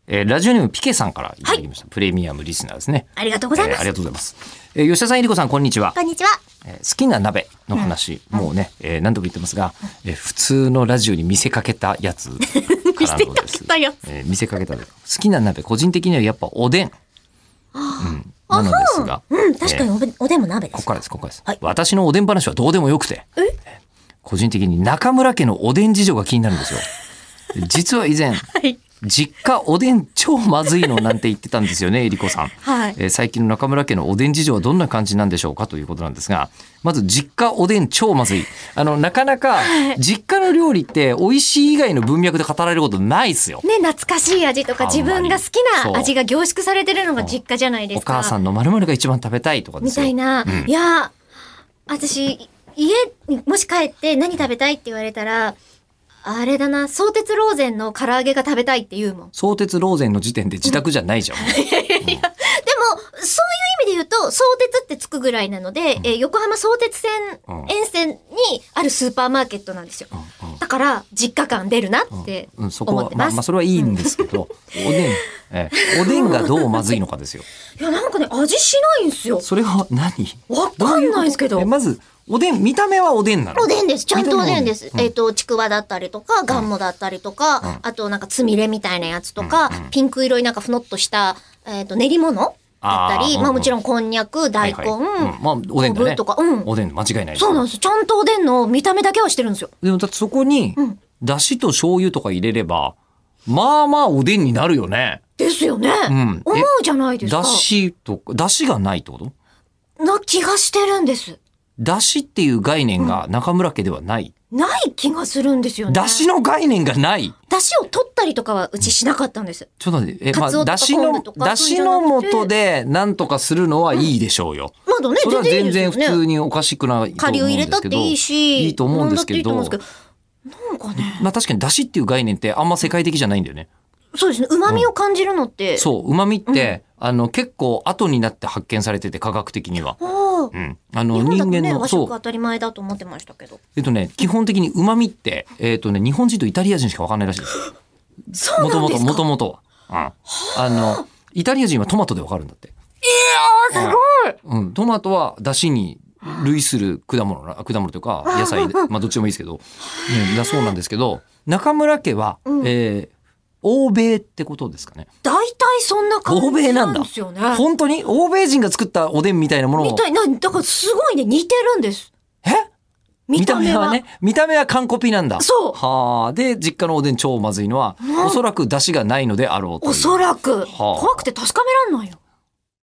ラジオネームピケさんからいただきました、プレミアムリスナーですね。 ありがとうございます。 ありがとうございます。吉田さん、えりこさん、こんにちは。 こんにちは。 好きな鍋の話、もうね、何度も言ってますが、普通のラジオに見せかけたやつからのです。見せかけた好きな鍋、個人的にはやっぱおでん。なのですが、 確かにおでんも鍋です。 ここからです、はい、私のおでん話はどうでもよくて、個人的に中村家のおでん事情が気になるんですよ。実は以前、実家おでん超まずいのなんて言ってたんですよね、えりこさん。最近の中村家のおでん事情はどんな感じなんでしょうかということなんですが、まず実家おでん超まずい。なかなか実家の料理って美味しい以外の文脈で語られることないですよ。 ね、懐かしい味とか自分が好きな味が凝縮されてるのが実家じゃないですか。 お母さんの〇〇が一番食べたいとかですよ。 みたいな。いや、私、家にもし帰って何食べたいって言われたら、あれだな、相鉄ローゼンの唐揚げが食べたいって言うもん。 相鉄ローゼンの時点で自宅じゃないじゃん。 でも、そういう意味で言うと、相鉄ってつくぐらいなので、横浜相鉄線沿線にあるスーパーマーケットなんですよ。だから、実家感出るなって思ってます。 そこは、それはいいんですけど、おでんがどうまずいのかですよ。 いや、なんかね、味しないんですよ。 それは何？ わかんないですけど。 まず、おでん、見た目はおでんなの？ おでんです。ちゃんとおでんです。ちくわだったりとか、がんもだったりとか、あとなんかつみれみたいなやつとか、ピンク色になんかふのっとした、練り物だったり、もちろんこんにゃく、大根、 おでんだね。 とか、 おでん間違いないです。 そうなんです。ちゃんとおでんの見た目だけはしてるんですよ。 でもだってそこに、だしと醤油とか入れれば、まあまあおでんになるよね。 ですよね。思うじゃないですか。 だしがないってことな気がしてるんです。 だしっていう概念が中村家ではない。 ない気がするんですよね。 だしの概念がない。 だしを取ったりとかはうちしなかったんです。 ちょっと待って、だしの素で何とかするのはいいでしょうよ。 まだね、 それは全然普通におかしくないと思うんですけど。 顆粒入れたっていいし、 いいと思うんですけど。なんかね。 確かにだしっていう概念ってあんま世界的じゃないんだよね。 そうですね。旨味を感じるのって。 そう、旨味って、結構後になって発見されてて、科学的には。 人間の、和食当たり前だと思ってましたけど。 基本的に旨味って、日本人とイタリア人しか分かんないらしいです。 そうなんですか？ もともとは。イタリア人はトマトで分かるんだって。 いやー、すごい。トマトは出汁に類する果物というか、野菜、どっちでもいいですけど、だそうなんですけど、中村家は、欧米ってことですかね。 大体そんな感じなんですよね。 本当に欧米人が作ったおでんみたいなものを。 だからすごいね、似てるんです。見た目はね。 見た目は完コピなんだ。 そう。 はあ。で、実家のおでん超まずいのは、おそらく出汁がないのであろうと。 おそらく。怖くて確かめらんないよ。